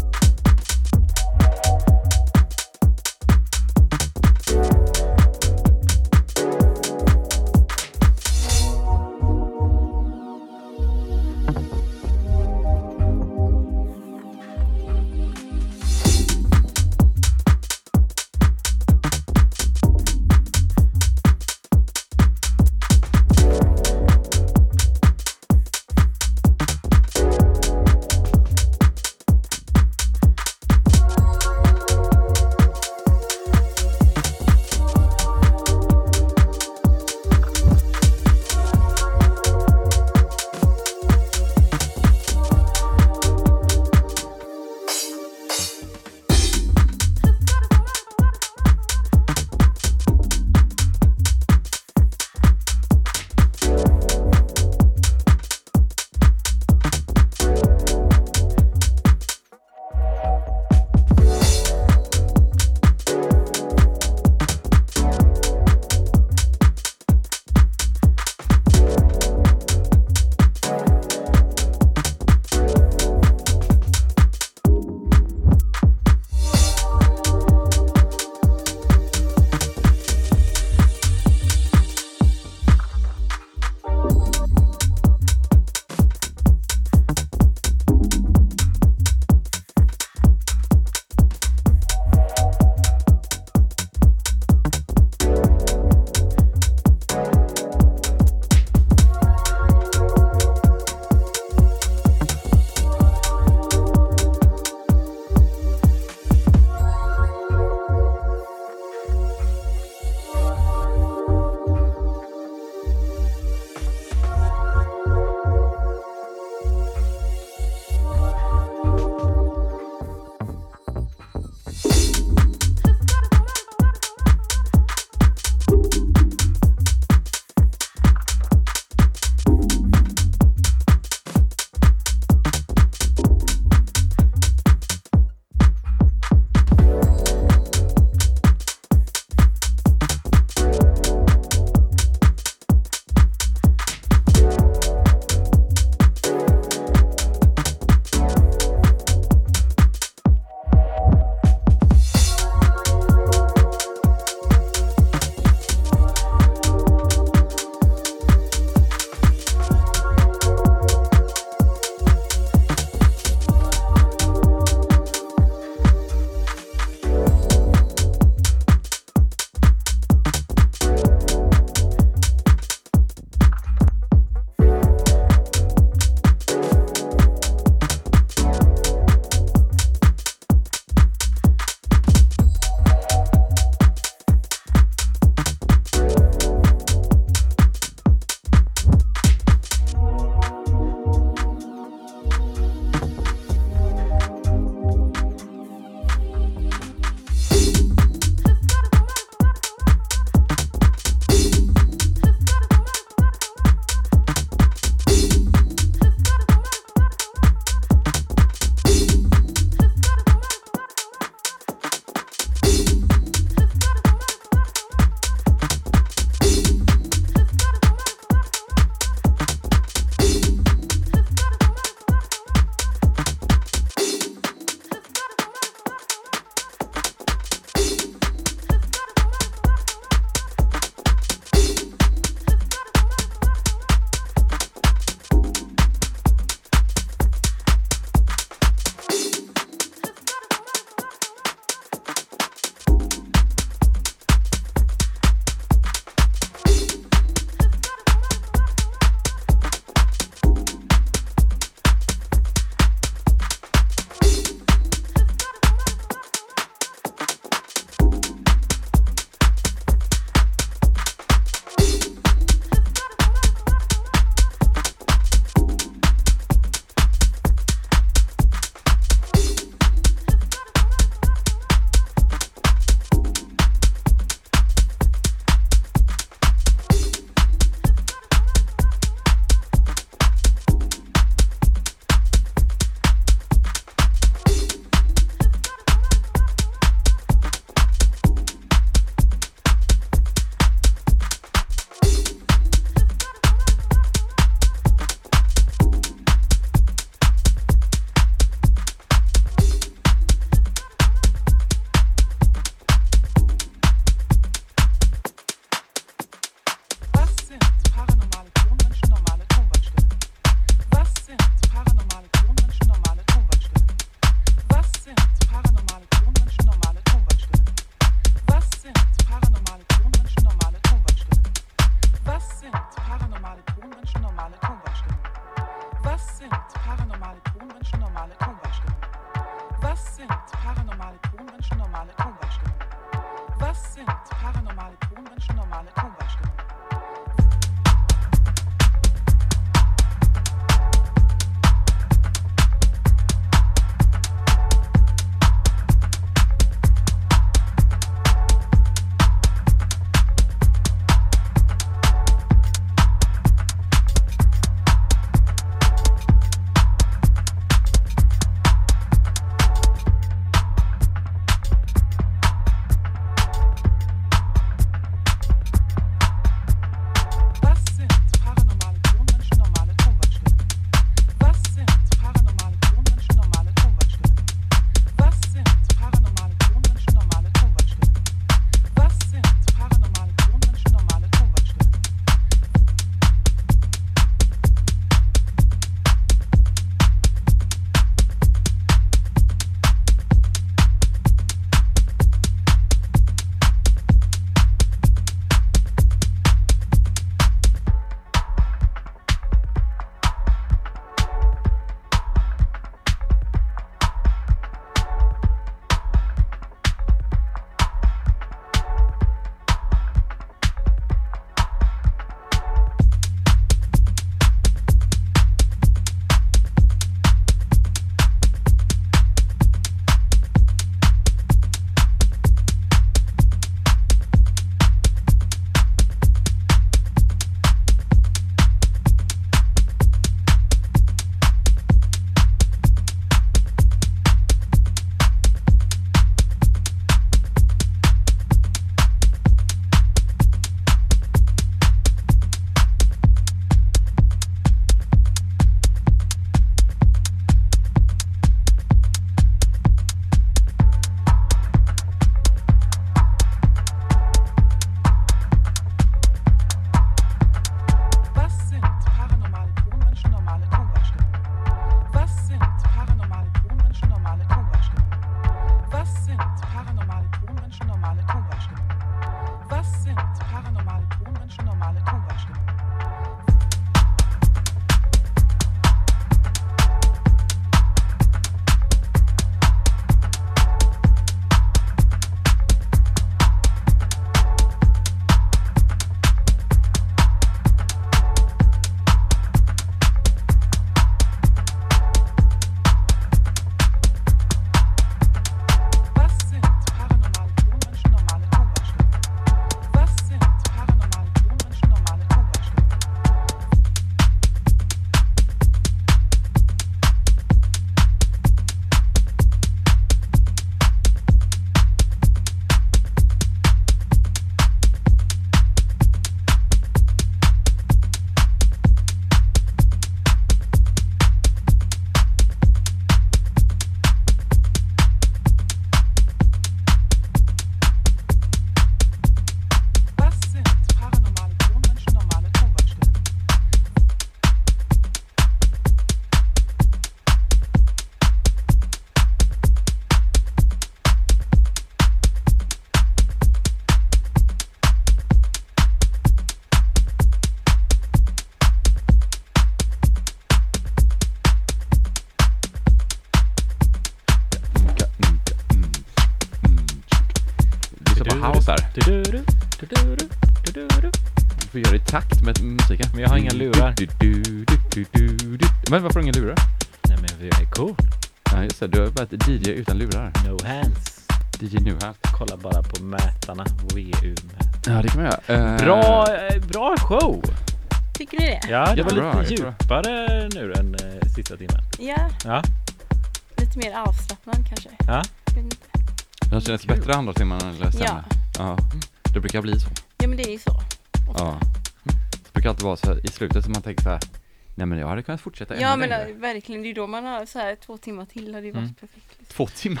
där. Du-du-du, du-du-du, du-du-du. Du får göra i takt med musiken. Men jag har inga lurar. Du, du, du, du, du, du. Men varför har du inga lurar? Nej men jag är cool. Ja just det, du har börjat D J utan lurar. No hands. D J nu här. Kolla bara på mätarna. V U-mätarna. Ja det kan man göra. Uh, Bra, eh, bra show! Tycker ni det? Ja, det Jättebra, var lite jättebra. djupare nu än eh, sista timmen. Ja, Ja, lite mer avslappnad kanske. ja. Jag vet inte. Den känns bättre andra timmarna eller sämre? Ja. Ja. Det brukar bli så. Ja men det är ju så. Ja. Det brukar alltid vara så här, i slutet som man tänker så här. Nej men jag hade kunnat fortsätta ännu Ja men längre. äh, verkligen, det är ju då man har så här två timmar till, hade ju varit Mm. perfekt. Liksom. Två timmar.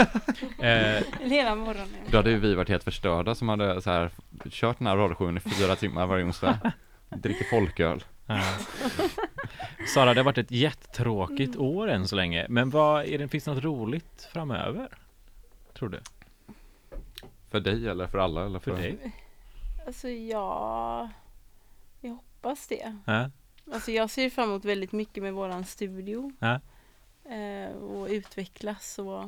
Eh, Hela morgonen. Då hade ju vi varit helt förstörda som hade så här kört den här radioshowen i fyra timmar varje onsdag. Dricker folköl. ja. Sara, det har varit ett jättetråkigt år än så länge. Men vad är det, finns det något roligt framöver? Tror du? För dig eller för alla? Eller för, För dig? Alltså ja, jag hoppas det. Ja. Alltså jag ser fram emot väldigt mycket med våran studio. Ja. Eh, och utvecklas och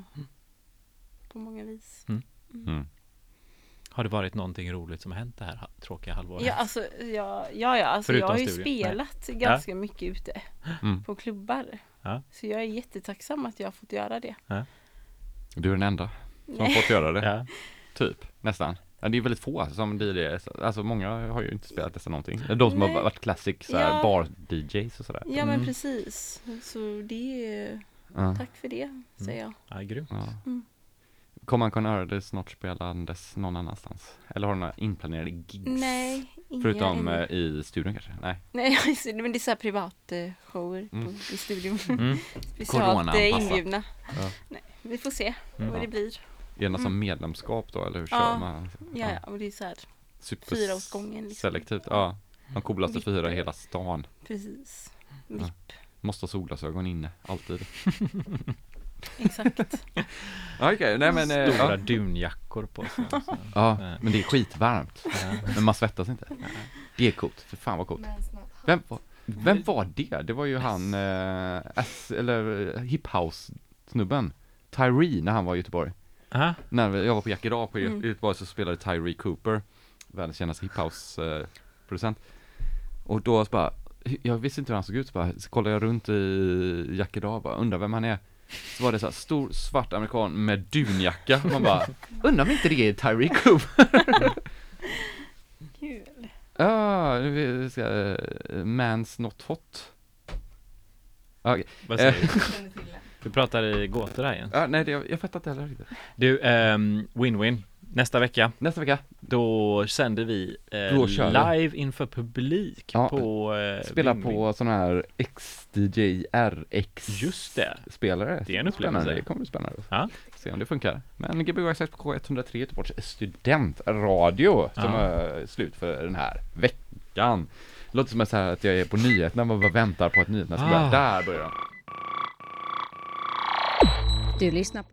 på många vis. Mm. Har det varit någonting roligt som har hänt det här ha- tråkiga halvåret? Ja, alltså, ja, ja, ja alltså Förutom jag har ju studion. spelat ganska mycket ute Mm. på klubbar. Ja. Så jag är jättetacksam att jag har fått göra det. Du är den enda som har Nej. fått göra det. Ja. Typ, nästan. Ja, det är väldigt få som D J. Alltså många har ju inte spelat nästan någonting. De som Nej. har varit classic så här, Ja. bar-D Js och sådär. Ja men Mm. precis. Så det är, Ja. tack för det säger jag. Ja, grymt. Ja. Mm. Kommer man kunna höra det snart spelandes någon annanstans? Eller har du några inplanerade gigs? Nej, inga Förutom ännu. eh, i studion kanske? Nej. Nej, men det är så här privat eh, shower Mm. på, i studion. Mm. Speciellt eh, Corona-anpassat. inbjudna. Ja. Nej, vi får se Mm. vad det blir. Är det något som medlemskap då? Eller hur kör Ja. man? Ja, ja, och det är så här Super fyra åt gången. Liksom. selektivt. Ja. De coolaste Vipp. fyra i hela stan. Precis. Ja. Vipp. Måste ha solglasögon inne, alltid. Exakt. Ja, okej, nej men... eh, Stora ja. dunjackor på sig. Så. Ja, Nej. men det är skitvarmt. Ja. Men man svettas inte. Det är coolt, för fan vad coolt. Vem, var- vem var det? Det var ju han, eh, S, eller eh, Hip House-snubben. Tyree när han var i Göteborg. Aha. När vi- jag var på Jack idag på Gö- Mm. Göteborg så spelade Tyree Cooper, världens kändaste Hip House-producent. Och då så bara, jag visste inte hur han såg ut, så bara så kollade jag runt i Jack idag, bara undrar vem han är. Så var det så här, stor svart amerikan med dunjacka. Man bara, undrar om inte det är Tyree Cooper. Kul. Ja, vi ska, uh, Man's Not Hot. Okej. Vad säger du? Du pratar i gåtor här igen. Ja, nej, det, jag, jag fattar inte heller riktigt. Du, ehm, win-win. Nästa vecka, Nästa vecka, då sänder vi eh, Då kör vi. live inför publik Ja, på eh, spela Win-Win. på sån här X D J R X Just det. spelare. Det är en upplevelse. Spännande, det kommer bli spännande. Ja. Se om det funkar. Men G B O Access på K ett noll tre Göteborgs studentradio som Ja. är slut för den här veckan. Det låter som att, så här, att jag är på nyheterna, man bara väntar på att nyheterna ska börja. Ah. Där börjar de. Du lyssnar på